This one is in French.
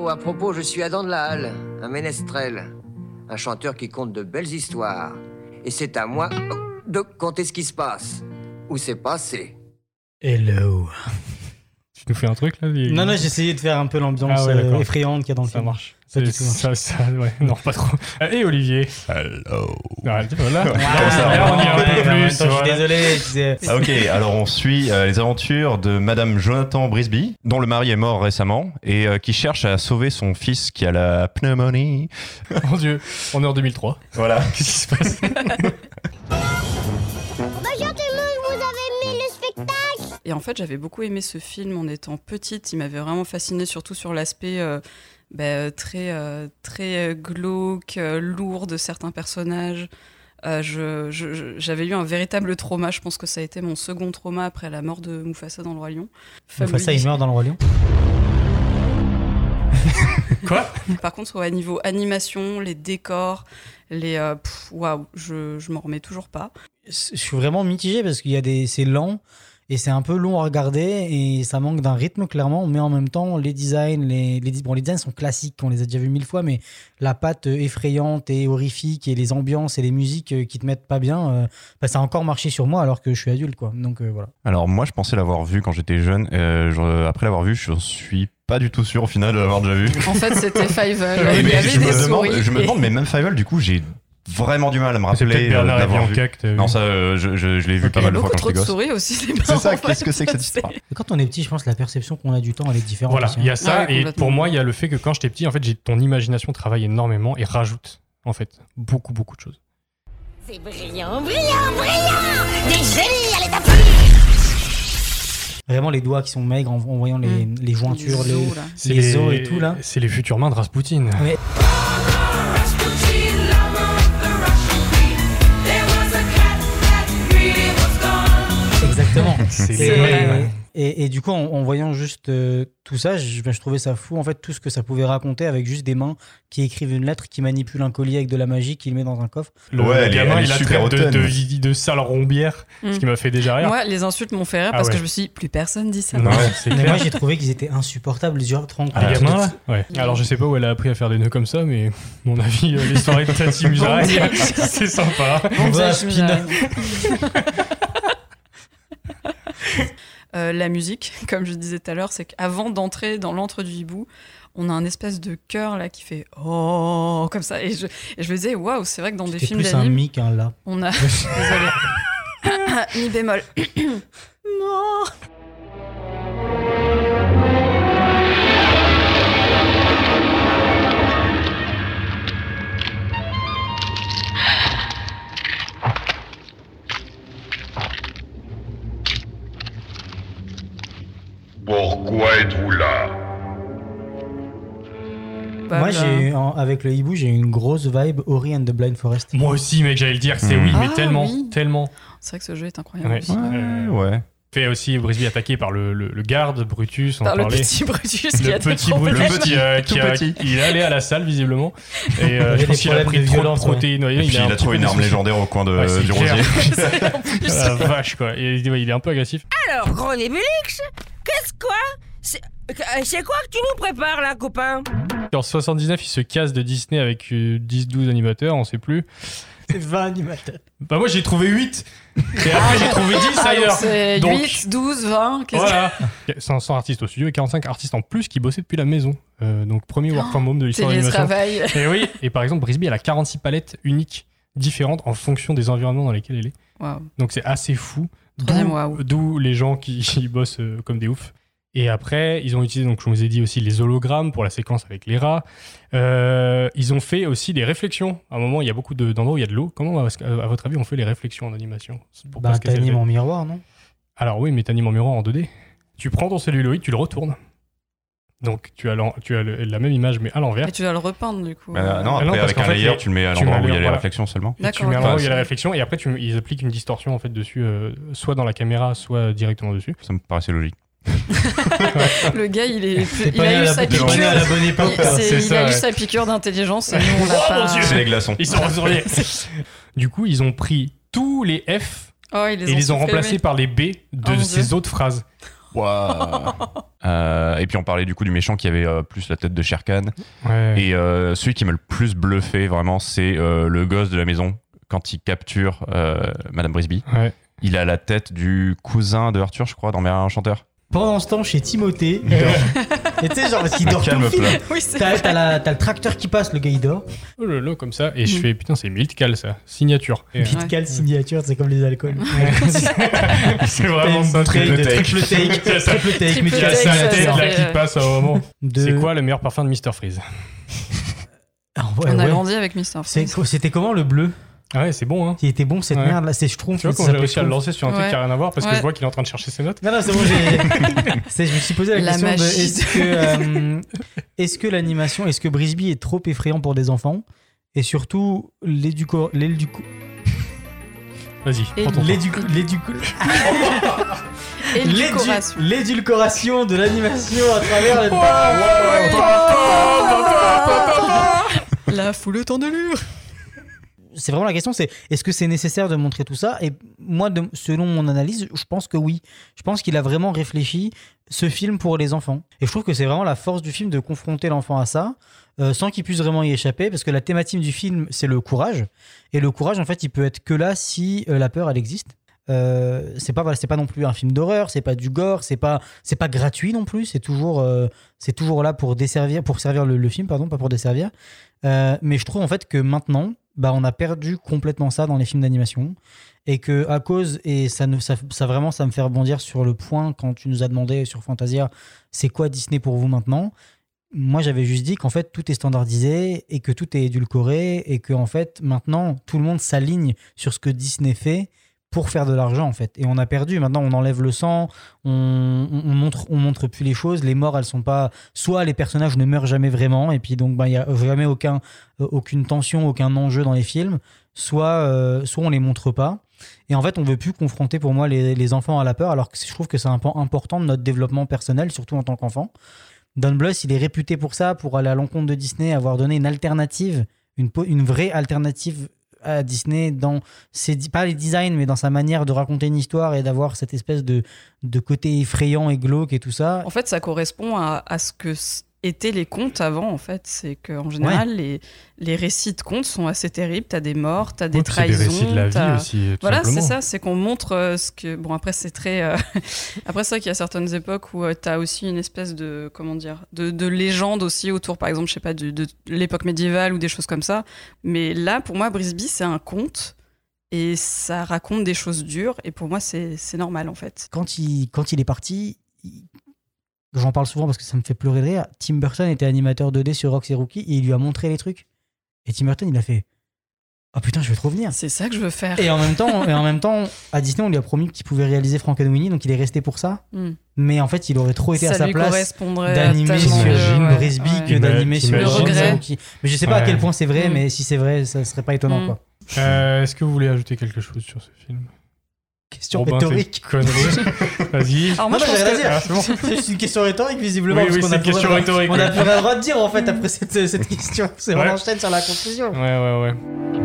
Oh, à propos, je suis Adam de la Halle, un ménestrel, un chanteur qui conte de belles histoires. Et c'est à moi de conter ce qui se passe, ou c'est passé. Hello. Tu nous fais un truc là Non, j'ai essayé de faire un peu l'ambiance effrayante qu'il y a dans le film. Ça marche. Ça, ouais, non, pas trop. Et Olivier. Hello. Voilà. On y est un peu plus. Je suis désolé. Ok, alors on suit les aventures de Madame Jonathan Brisby, dont le mari est mort récemment et qui cherche à sauver son fils qui a la pneumonie. Mon Dieu, on est en 2003. Voilà. Qu'est-ce qui se passe? Et en fait, j'avais beaucoup aimé ce film en étant petite. Il m'avait vraiment fascinée, surtout sur l'aspect très glauque, lourd de certains personnages. J'avais eu un véritable trauma. Je pense que ça a été mon second trauma après la mort de Mufasa dans Le Roi Lion. Mufasa, il meurt dans Le Roi Lion? Quoi? Par contre, à niveau animation, les décors, waouh, je m'en remets toujours pas. Je suis vraiment mitigé parce c'est lent. Et c'est un peu long à regarder et ça manque d'un rythme clairement, mais en même temps les designs, les designs sont classiques, on les a déjà vus 1000 fois, mais la patte effrayante et horrifique et les ambiances et les musiques qui te mettent pas bien, ça a encore marché sur moi alors que je suis adulte quoi. Donc voilà. Alors moi je pensais l'avoir vu quand j'étais jeune, après l'avoir vu je suis pas du tout sûr au final de l'avoir déjà vu. En fait c'était Fievel, Oui, il y avait je des me souris. je me demande, mais même Fievel du coup j'ai vraiment du mal à me C'est rappeler peut-être Bernard d'avoir vu. que t'as vu. Non, ça, je l'ai vu pas mal de fois quand Beaucoup trop j'étais de gosse. souris aussi. C'est ça, qu'est-ce que c'est que cette histoire? Quand on est petit, je pense que la perception qu'on a du temps elle est différente. Voilà, aussi, il y a ça, Ah oui, et complètement. pour moi, il y a le fait que quand j'étais petit, en fait, ton imagination travaille énormément et rajoute, en fait, beaucoup de choses. C'est brillant, brillant, brillant! Des génies à l'état pur! Vraiment les doigts qui sont maigres en voyant les jointures, Les os, là. les os et tout là. C'est les futures mains de Rasputin. Ouais. Exactement. C'est vrai. Et du coup, en voyant juste tout ça, je trouvais ça fou, en fait, tout ce que ça pouvait raconter avec juste des mains qui écrivent une lettre, qui manipulent un collier avec de la magie, qui le met dans un coffre. Le gamin, il a traite de sale rombière, ce qui m'a fait déjà rire. Moi, les insultes m'ont fait rire parce que je me suis dit, plus personne dit ça. Non, c'est Mais clair. moi, j'ai trouvé qu'ils étaient insupportables, les gens. Les gamins, là ouais. Alors, je sais pas où elle a appris à faire des nœuds comme ça, mais à mon avis, les soirées de Tati Musaraï, c'est sympa. On va à Spina. La musique, comme je disais tout à l'heure, c'est qu'avant d'entrer dans l'antre du hibou, on a un espèce de chœur là qui fait oh comme ça, et je me disais waouh, c'est vrai que dans des films plus un d'anime, mi qu'un la. on a désolé mi bémol. Non. Pourquoi êtes-vous là? Moi, avec le hibou, j'ai eu une grosse vibe Ori and the Blind Forest. Moi aussi, mec, j'allais le dire, c'est oui, mais tellement. C'est vrai que ce jeu est incroyable. Ouais. Aussi. Ouais. Fait aussi Brisby attaqué par le garde Brutus. Par le petit Brutus qui a des problèmes. Il est allé à la salle visiblement. Et je pense qu'il a pris trop de protéines. Et puis il a trouvé une arme légendaire au coin du rosier. La vache quoi. Et il est un peu agressif. Alors, Gros Nébulix, qu'est-ce quoi? C'est quoi que tu nous prépares là, copain? En 79, il se casse de Disney avec 10-12 animateurs, on sait plus. C'est 20 animateurs. Bah moi j'ai trouvé 8. Et après j'ai trouvé 10 ailleurs. C'est donc 8, 12, 20. Voilà. 100 artistes au studio et 45 artistes en plus qui bossaient depuis la maison. Donc premier work from home de l'histoire de l'animation. Télétravail. Et oui. Et par exemple Brisby elle a 46 palettes uniques différentes en fonction des environnements dans lesquels elle est. Wow. Donc c'est assez fou. Wow. D'où les gens qui bossent comme des oufs. Et après, ils ont utilisé, donc je vous ai dit aussi, les hologrammes pour la séquence avec les rats. Ils ont fait aussi des réflexions. À un moment, il y a beaucoup d'endroits où il y a de l'eau. Comment, à votre avis, on fait les réflexions en animation? T'animes en miroir, non? Alors oui, mais t'animes en miroir en 2D. Tu prends ton celluloïd, tu le retournes. Donc tu as la même image, mais à l'envers. Et tu dois le repeindre, du coup. Non, après, avec un layer, tu le mets à l'endroit où il y a les réflexions seulement. Tu mets à l'endroit où il y a la réflexion, et après, ils appliquent une distorsion en fait, dessus, soit dans la caméra, soit directement dessus. Ça me paraissait logique. Le gars, il a eu sa piqûre. piqûre. À la bonne époque. Il a eu sa piqûre d'intelligence et nous on l'a pas. C'est les glaçons. Ils sont retournés. Du coup, ils ont pris tous les F et les ont remplacés par les B de ces autres phrases. Wow. Et puis on parlait du coup du méchant qui avait plus la tête de Shere Khan. Ouais. Et celui qui m'a le plus bluffé vraiment, c'est le gosse de la maison quand il capture Madame Brisby. Ouais. Il a la tête du cousin de Arthur, je crois, dans Merlin l'Enchanteur. Pendant ce temps, chez Timothée, il dort. Et tu sais, genre, parce qu'il dort tout le film. Oui, c'est T'as le tracteur qui passe, le gars il dort. Oh là là, comme ça. Et je fais, putain, c'est Miltcal, ça. Signature. Et, Pitcal signature, c'est comme les alcools. c'est vraiment ça. Triple take, Il y a take, sa ça, tête ça là fait, qui passe à un moment. De- C'est quoi le meilleur parfum de Mr. Freeze? On a grandi avec Mr. Freeze. C'était comment le bleu? Ah ouais, c'est bon, hein. Il était bon cette Ouais. merde là, je trouve. Tu vois comment j'ai réussi à le lancer sur un truc qui a rien à voir parce que je vois qu'il est en train de chercher ses notes. Non, c'est bon, je me suis posé la question de est-ce que l'animation, est-ce que Brisby est trop effrayant pour des enfants? Et surtout, Vas-y, prends ton l'édulcoration de l'animation à travers les... La foule est en délire. C'est vraiment la question, c'est est-ce que c'est nécessaire de montrer tout ça? Et moi, selon mon analyse, je pense que oui. Je pense qu'il a vraiment réfléchi ce film pour les enfants. Et je trouve que c'est vraiment la force du film de confronter l'enfant à ça, sans qu'il puisse vraiment y échapper, parce que la thématique du film, c'est le courage. Et le courage, en fait, il peut être que là si la peur, elle existe. C'est pas non plus un film d'horreur, c'est pas du gore, c'est pas gratuit non plus, c'est toujours là pour servir le film, pardon, pas pour desservir. Mais je trouve en fait que maintenant, on a perdu complètement ça dans les films d'animation, et que à cause, et ça me fait rebondir sur le point quand tu nous as demandé sur Fantasia, c'est quoi Disney pour vous maintenant? Moi, j'avais juste dit qu'en fait tout est standardisé et que tout est édulcoré, et que en fait maintenant tout le monde s'aligne sur ce que Disney fait pour faire de l'argent en fait, et on a perdu. Maintenant on enlève le sang, on montre plus les choses, les morts elles sont pas, soit les personnages ne meurent jamais vraiment et puis donc il y a jamais aucune tension, aucun enjeu dans les films, soit on les montre pas, et en fait on veut plus confronter pour moi les enfants à la peur, alors que je trouve que c'est un point important de notre développement personnel, surtout en tant qu'enfant. Don Bluth, il est réputé pour ça, pour aller à l'encontre de Disney, avoir donné une alternative, une vraie alternative à Disney dans pas les designs, mais dans sa manière de raconter une histoire et d'avoir cette espèce de côté effrayant et glauque et tout ça. En fait, ça correspond à ce que étaient les contes avant, en fait. C'est qu'en général, les récits de contes sont assez terribles. T'as des morts, t'as des trahisons. Des récits de la vie aussi, tout voilà, simplement. c'est ça. C'est qu'on montre ce que... Bon, après, c'est très... Après, c'est vrai qu'il y a certaines époques où t'as aussi une espèce de... Comment dire? De légende aussi autour, par exemple, je sais pas, de l'époque médiévale ou des choses comme ça. Mais là, pour moi, Brisby, c'est un conte. Et ça raconte des choses dures. Et pour moi, c'est normal, en fait. Quand il est parti... J'en parle souvent parce que ça me fait pleurer de rire. Tim Burton était animateur 2D sur Rox et Rookie et il lui a montré les trucs. Et Tim Burton, il a fait « Oh putain, je vais trop venir !» C'est ça que je veux faire. Et en même temps, à Disney, on lui a promis qu'il pouvait réaliser Frankenweenie, donc il est resté pour ça. Mais en fait, il aurait trop été à sa place d'animer sur Brisby que d'animer sur Rox et Rookie. Mais je sais pas à quel point c'est vrai, mais si c'est vrai, ça serait pas étonnant, quoi. Est-ce que vous voulez ajouter quelque chose sur ce film? Question rhétorique. Vas-y. Alors moi, j'ai rien à dire. C'est une question rhétorique, visiblement. Oui, c'est une question rhétorique. On n'a plus rien le droit de dire, en fait, après cette question. C'est on enchaîne sur la conclusion. Ouais.